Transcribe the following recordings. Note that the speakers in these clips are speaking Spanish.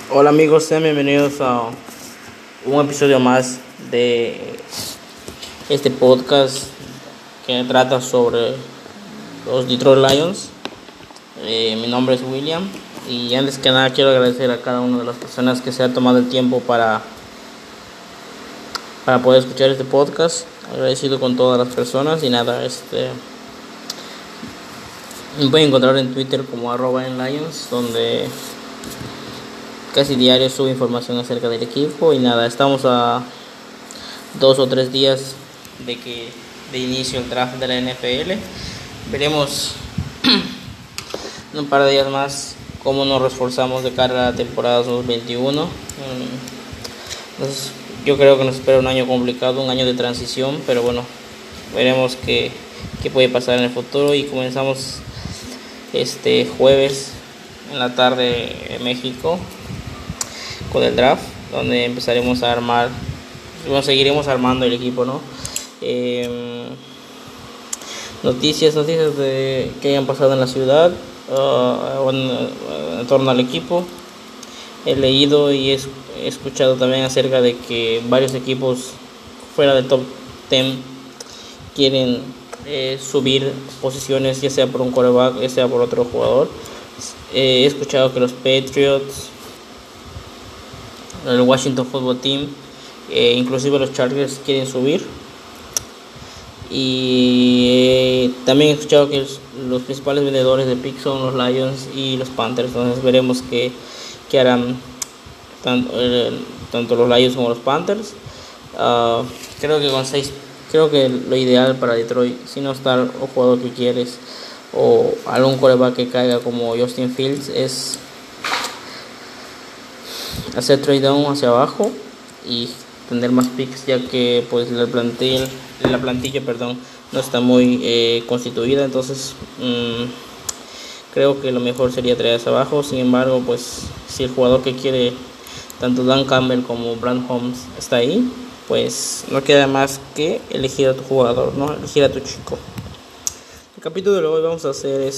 Hola amigos, sean bienvenidos a un episodio más de este podcast que trata sobre los Detroit Lions. Mi nombre es William y antes que nada quiero agradecer a cada una de las personas que se ha tomado el tiempo para poder escuchar este podcast. Agradecido con todas las personas y nada, me pueden encontrar en Twitter como @enlions, donde casi diario subo información acerca del equipo y nada, estamos a 2 o 3 días de inicio el draft de la NFL. Veremos en un par de días más cómo nos reforzamos de cara a la temporada 2021. Entonces, yo creo que nos espera un año complicado, un año de transición, pero bueno, veremos qué puede pasar en el futuro. Y comenzamos este jueves en la tarde en México con el draft, donde empezaremos a armar, bueno, seguiremos armando el equipo, ¿no? Noticias de que hayan pasado en la ciudad en torno al equipo. He leído y he escuchado también acerca de que varios equipos fuera del top 10 quieren subir posiciones, ya sea por un quarterback, ya sea por otro jugador. He escuchado que los Patriots, el Washington Football Team, inclusive los Chargers quieren subir. Y también he escuchado que los principales vendedores de picks son los Lions y los Panthers. Entonces veremos qué harán tanto los Lions como los Panthers. Creo que lo ideal para Detroit, si no está el jugador que quieres o algún quarterback que caiga como Justin Fields, es hacer trade down hacia abajo y tener más picks, ya que pues la plantilla no está muy constituida. Entonces creo que lo mejor sería traer hacia abajo. Sin embargo, pues si el jugador que quiere, tanto Dan Campbell como Brad Holmes, está ahí, pues no queda más que elegir a tu jugador, ¿no? Elegir a tu chico. El capítulo de hoy vamos a hacer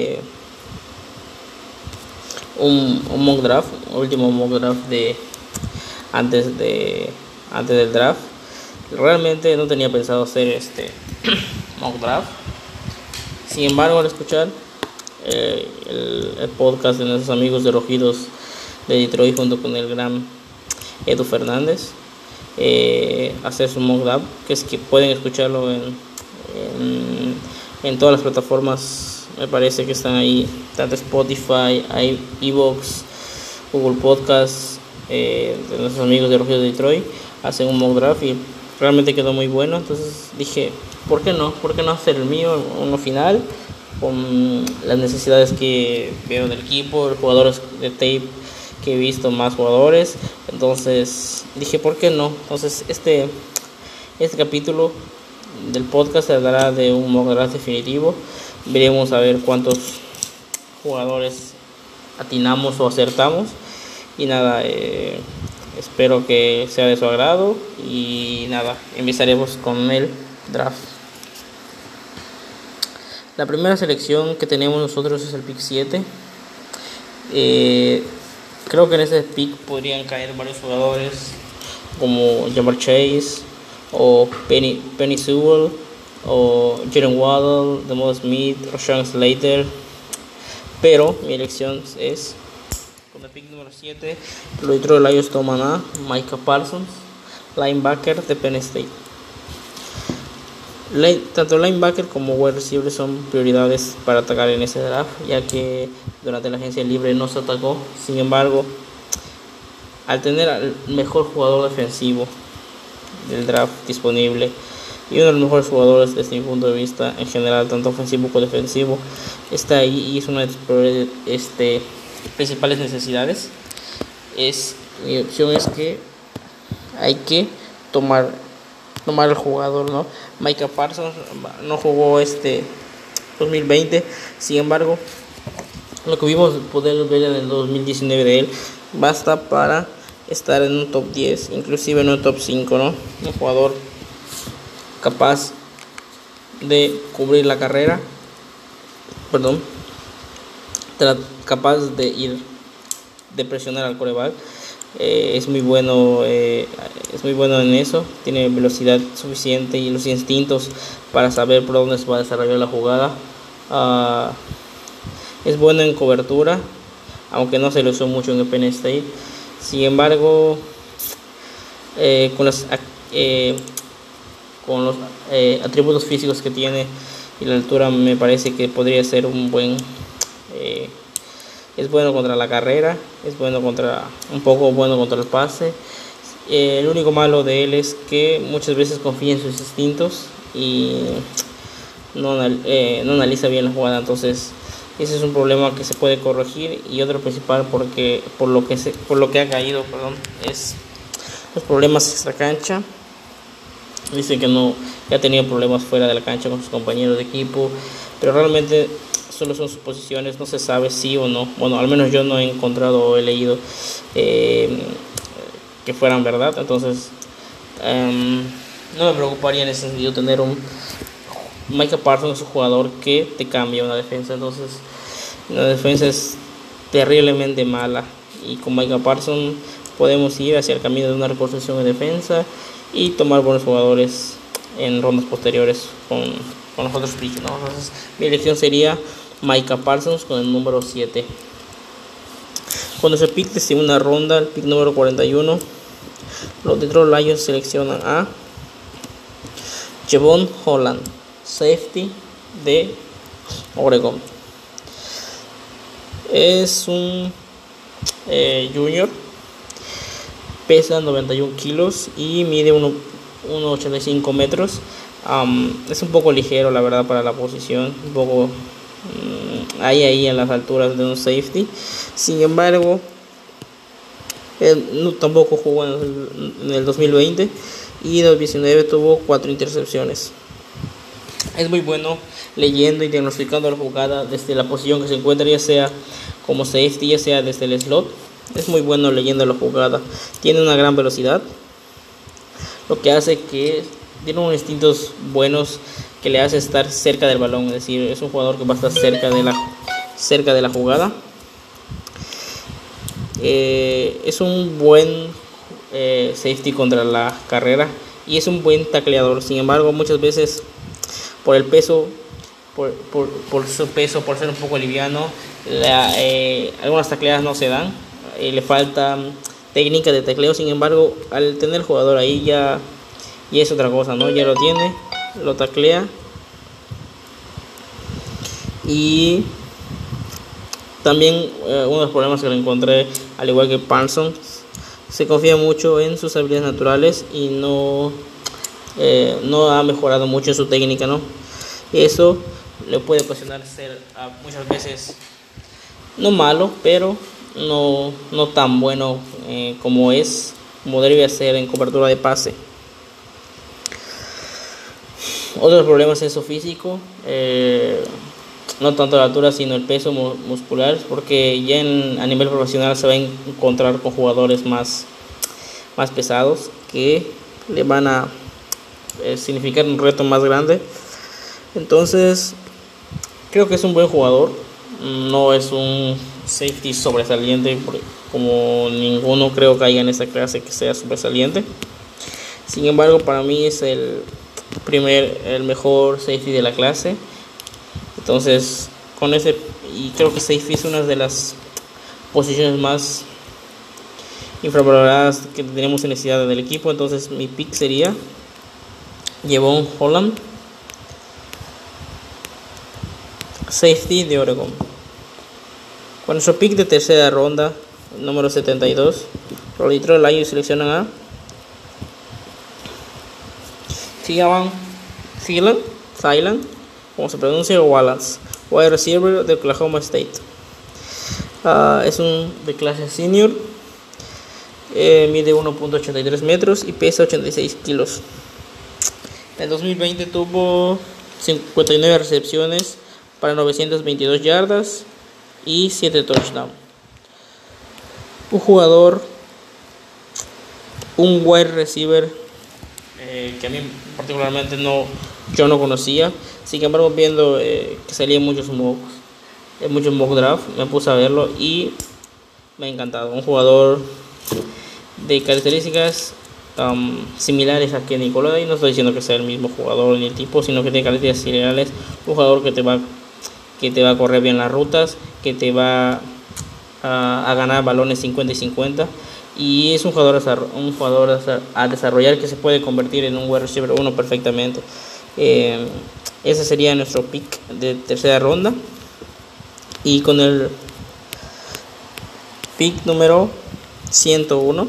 un mock draft, último mock draft de antes del draft. Realmente no tenía pensado hacer este mock draft. Sin embargo, al escuchar el podcast de nuestros amigos de Rojidos de Detroit junto con el gran Edu Fernández, hacer su mock draft, que es que pueden escucharlo en todas las plataformas. Me parece que están ahí, tanto Spotify, iVoox, Google Podcast, de nuestros amigos de Rojidos de Detroit. Hacen un mock draft y realmente quedó muy bueno. Entonces dije, ¿por qué no hacer el mío, uno final, con las necesidades que veo del equipo, los jugadores de tape que he visto, más jugadores? Entonces dije, ¿por qué no? Entonces este capítulo del podcast se hablará de un mock draft definitivo. Veremos a ver cuántos jugadores atinamos o acertamos. Y nada, espero que sea de su agrado. Y nada, empezaremos con el draft. La primera selección que tenemos nosotros es el pick 7. Creo que en ese pick podrían caer varios jugadores como Ja'Marr Chase o Penny Sewell o Jalen Waddle, Demond Smith o Sean Slater. Pero mi elección es, con el pick número 7, los Detroit Lions toman a Micah Parsons, linebacker de Penn State. Tanto linebacker como wide receiver son prioridades para atacar en ese draft, ya que durante la agencia libre no se atacó. Sin embargo, al tener al mejor jugador defensivo del draft disponible y uno de los mejores jugadores desde mi punto de vista en general, tanto ofensivo como defensivo, está ahí y es una de las principales necesidades. Mi opción es que hay que tomar el jugador, ¿no? Micah Parsons no jugó 2020, sin embargo, lo que vimos poder ver en el 2019 de él basta para estar en un top 10, inclusive en un top 5, ¿no? Un jugador capaz de cubrir la carrera, capaz de ir de presionar al quarterback. Es muy bueno en eso, tiene velocidad suficiente y los instintos para saber por dónde se va a desarrollar la jugada. Es bueno en cobertura, aunque no se lo usó mucho en el Penn State. Sin embargo, con los atributos físicos que tiene y la altura, me parece que podría ser un buen. Es bueno contra la carrera, es bueno un poco bueno contra el pase. El único malo de él es que muchas veces confía en sus instintos y no analiza bien la jugada. Entonces ese es un problema que se puede corregir. Y otro principal, por lo que ha caído, es los problemas extra cancha. Dice que ha tenido problemas fuera de la cancha con sus compañeros de equipo, pero realmente solo son suposiciones, no se sabe sí o no. Bueno, al menos yo no he encontrado o he leído que fueran verdad. Entonces no me preocuparía en ese sentido tener un Micah Parsons, es un jugador que te cambia una defensa. Entonces la defensa es terriblemente mala, y con Micah Parsons podemos ir hacia el camino de una reconstrucción de defensa y tomar buenos jugadores en rondas posteriores con los otros picks, ¿no? Entonces mi elección sería Micah Parsons con el número 7. Cuando se pick de segunda ronda, el pick número 41, los Detroit Lions seleccionan a Jevon Holland, safety de Oregon. Es un junior, pesa 91 kilos y mide 1,85 metros. Es un poco ligero, la verdad, para la posición, un poco ahí en las alturas de un safety. Sin embargo, él tampoco jugó en el 2020 y en el 2019 tuvo 4 intercepciones. Es muy bueno leyendo y diagnosticando la jugada desde la posición que se encuentra, ya sea como safety, ya sea desde el slot. Es muy bueno leyendo la jugada. Tiene una gran velocidad, lo que hace que tiene unos instintos buenos que le hace estar cerca del balón. Es decir, es un jugador que va a estar cerca de la jugada. Es un buen safety contra la carrera y es un buen tacleador. Sin embargo, muchas veces por el peso, por su peso, por ser un poco liviano, algunas tacleadas no se dan. Le falta técnica de tacleo. Sin embargo, al tener el jugador ahí ya es otra cosa, ¿no? Ya lo tiene, lo taclea. Y también uno de los problemas que le encontré, al igual que Parsons, se confía mucho en sus habilidades naturales y no ha mejorado mucho su técnica, ¿no? Eso le puede ocasionar ser muchas veces no malo, pero no tan bueno como debe ser en cobertura de pase. Otros problemas es su físico, no tanto la altura sino el peso muscular, porque ya a nivel profesional se va a encontrar con jugadores más pesados que le van a significar un reto más grande. Entonces creo que es un buen jugador, no es un safety sobresaliente, como ninguno creo que haya en esta clase que sea sobresaliente. Sin embargo, para mí es el mejor safety de la clase. Entonces y creo que safety es una de las posiciones más infravaloradas que tenemos en necesidad del equipo. Entonces mi pick sería Jevon Holland, safety de Oregon. Con nuestro pick de tercera ronda, número 72, los Detroit Lions seleccionan a Thielen, como se pronuncia, Wallace, wide receiver de Oklahoma State. Es un de clase senior, mide 1.83 metros y pesa 86 kilos. En 2020 tuvo 59 recepciones para 922 yardas y 7 touchdowns. Un wide receiver que a mí particularmente yo no conocía. Sin embargo, viendo que salían muchos mock draft, me puse a verlo y me ha encantado. Un jugador de características similares a Kenny Golladay. No estoy diciendo que sea el mismo jugador ni el tipo, sino que tiene características similares. Un jugador que te va a correr bien las rutas, que te va a ganar balones 50 y 50. Y es un jugador a desarrollar, que se puede convertir en un wide receiver 1 perfectamente. Ese sería nuestro pick de tercera ronda. Y con el pick número 101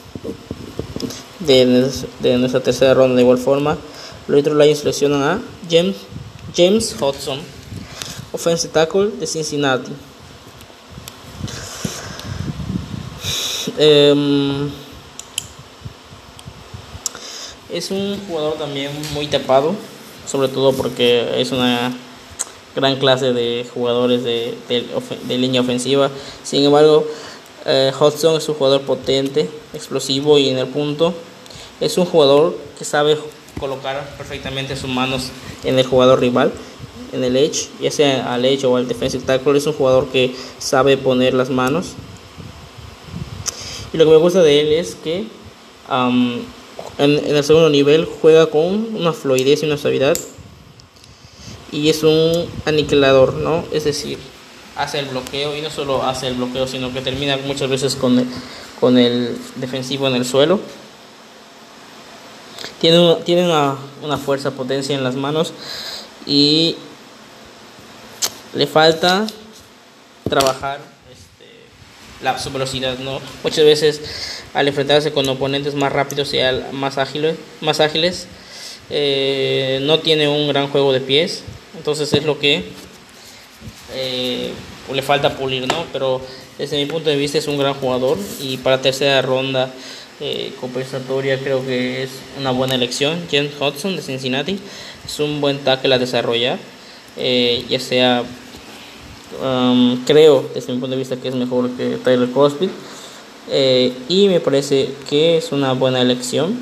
de nuestra tercera ronda, de igual forma, los Detroit Lions seleccionan a James Hudson, offensive tackle de Cincinnati. Es un jugador también muy tapado, sobre todo porque es una gran clase de jugadores de línea ofensiva. Sin embargo, Hudson es un jugador potente, explosivo y en el punto. Es un jugador que sabe colocar perfectamente sus manos en el jugador rival, en el edge, ya sea al edge o al defensive tackle. Es un jugador que sabe poner las manos. Y lo que me gusta de él es que en el segundo nivel juega con una fluidez y una suavidad. Y es un aniquilador, ¿no? Es decir, hace el bloqueo, y no solo hace el bloqueo, sino que termina muchas veces con el defensivo en el suelo. Tiene una fuerza, potencia en las manos, y le falta trabajar su velocidad, ¿no? Muchas veces al enfrentarse con oponentes más rápidos y más ágiles, no tiene un gran juego de pies. Entonces es lo que le falta pulir, ¿no? Pero desde mi punto de vista es un gran jugador, y para tercera ronda compensatoria creo que es una buena elección. James Hudson de Cincinnati es un buen tackle a desarrollar, ya sea creo desde mi punto de vista que es mejor que Tyler Crosby, y me parece que es una buena elección.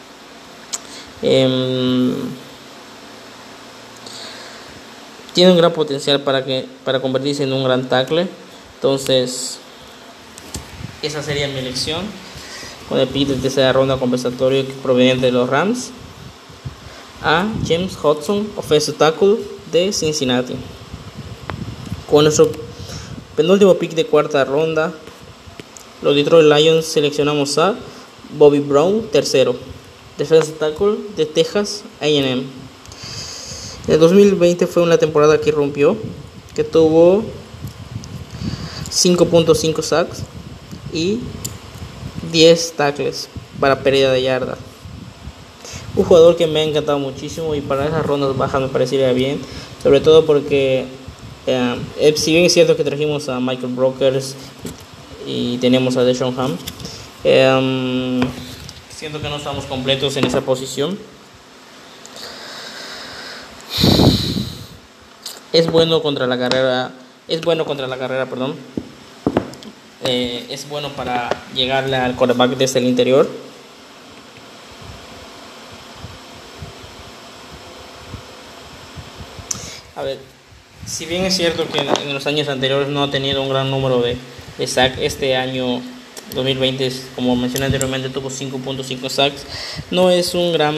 Tiene un gran potencial para convertirse en un gran tackle. Entonces esa sería mi elección, con el pick de tercera ronda compensatorio proveniente de los Rams, a James Hudson, offensive tackle de Cincinnati. Con nuestro penúltimo pick de cuarta ronda, los Detroit Lions seleccionamos a Bobby Brown, tercero, defensive tackle de Texas A&M. En el 2020 fue una temporada que rompió, que tuvo 5.5 sacks y 10 tackles para pérdida de yarda. Un jugador que me ha encantado muchísimo, y para esas rondas bajas me parecería bien, sobre todo porque si bien es cierto que trajimos a Michael Brokers y tenemos a Deshaun Ham, siento que no estamos completos en esa posición. Es bueno contra la carrera, perdón. Es bueno para llegarle al quarterback desde el interior. A ver, si bien es cierto que en los años anteriores no ha tenido un gran número de sacks, este año 2020, como mencioné anteriormente, tuvo 5.5 sacks. No es un gran...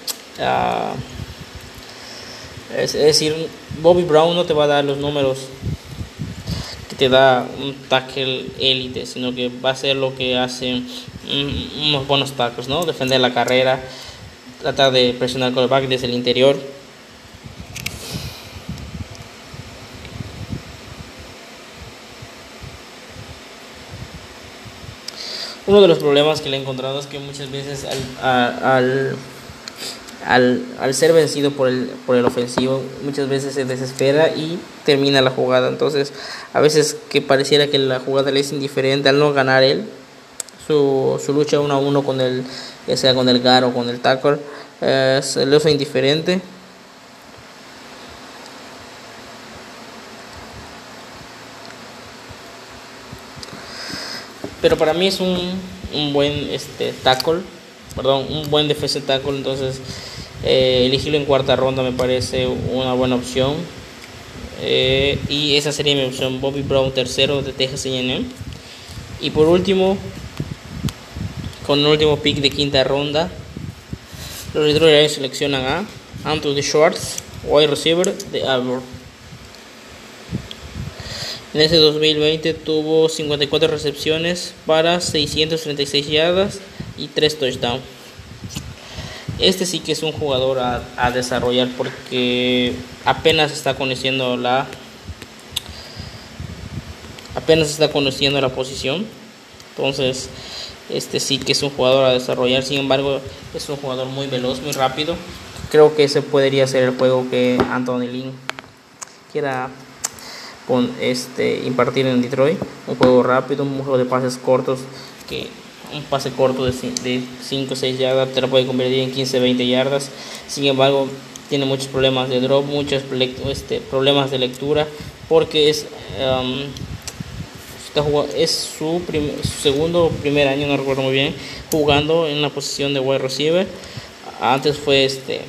es decir, Bobby Brown no te va a dar los números que te da un tackle élite, sino que va a ser lo que hacen unos buenos tackles, ¿no? Defender la carrera, tratar de presionar al quarterback desde el interior. Uno de los problemas que le he encontrado es que muchas veces al ser vencido por el ofensivo, muchas veces se desespera y termina la jugada. Entonces, a veces que pareciera que la jugada le es indiferente, al no ganar él su lucha 1 a 1 con ya sea con el guard o con el tackle, se le hace indiferente. Pero para mí es un buen un buen defensive tackle. Entonces elegirlo en cuarta ronda me parece una buena opción, y esa sería mi opción, Bobby Brown, tercero de Texas A&M. Y por último, con el último pick de quinta ronda, los Detroit Lions seleccionan a Anthony Schwartz, wide receiver de Auburn. En ese 2020 tuvo 54 recepciones para 636 yardas y 3 touchdowns. Este sí que es un jugador a desarrollar porque apenas está conociendo la posición. Entonces este sí que es un jugador a desarrollar. Sin embargo, es un jugador muy veloz, muy rápido. Creo que ese podría ser el juego que Anthony Lynn quiera impartir en Detroit. Un juego rápido, un juego de pases cortos, que un pase corto de 5 o 6 yardas te lo puede convertir en 15 20 yardas. Sin embargo, tiene muchos problemas de drop, muchos problemas de lectura, porque es su segundo o primer año, no recuerdo muy bien, jugando en la posición de wide receiver. Antes fue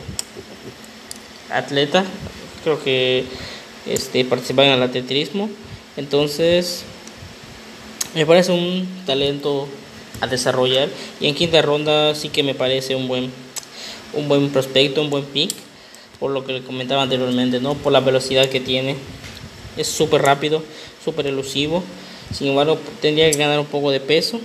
atleta, creo que participaba en el atletismo. Entonces me parece un talento a desarrollar, y en quinta ronda sí que me parece un buen prospecto, un buen pick, por lo que le comentaba anteriormente, ¿no? Por la velocidad que tiene, es súper rápido, súper elusivo. Sin embargo, tendría que ganar un poco de peso.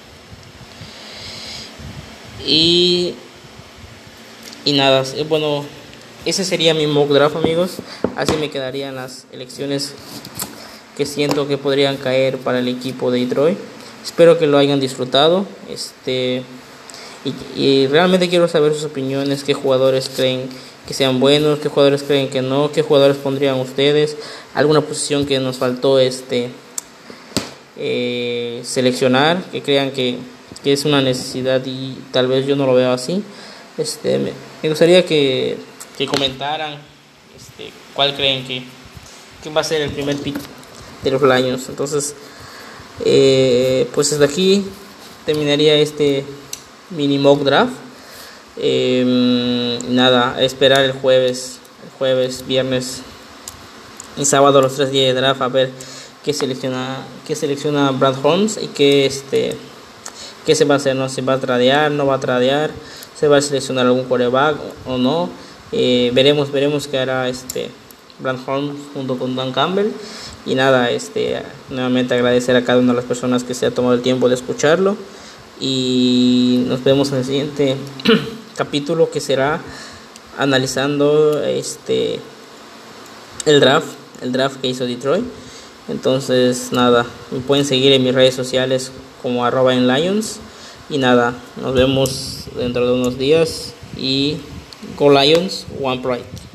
Y nada, bueno, ese sería mi mock draft, amigos. Así me quedarían las elecciones que siento que podrían caer para el equipo de Detroit. Espero que lo hayan disfrutado. Y realmente quiero saber sus opiniones, qué jugadores creen que sean buenos, qué jugadores creen que no, qué jugadores pondrían ustedes, alguna posición que nos faltó seleccionar, que crean que es una necesidad y tal vez yo no lo veo así. Me gustaría que comentaran cuál creen que va a ser el primer pick de los Lions. Entonces pues desde aquí terminaría este mini mock draft. Nada, a esperar el jueves, viernes y sábado, los 3 días de draft, a ver qué selecciona Brad Holmes y qué se va a hacer, ¿no? Si va a tradear, no va a tradear, se va a seleccionar algún quarterback o no. Veremos qué hará Brad Holmes junto con Dan Campbell. Y nada, nuevamente agradecer a cada una de las personas que se ha tomado el tiempo de escucharlo, y nos vemos en el siguiente capítulo, que será analizando el draft que hizo Detroit. Entonces nada, me pueden seguir en mis redes sociales como @enlions, y nada, nos vemos dentro de unos días, y Go Lions, One Pride.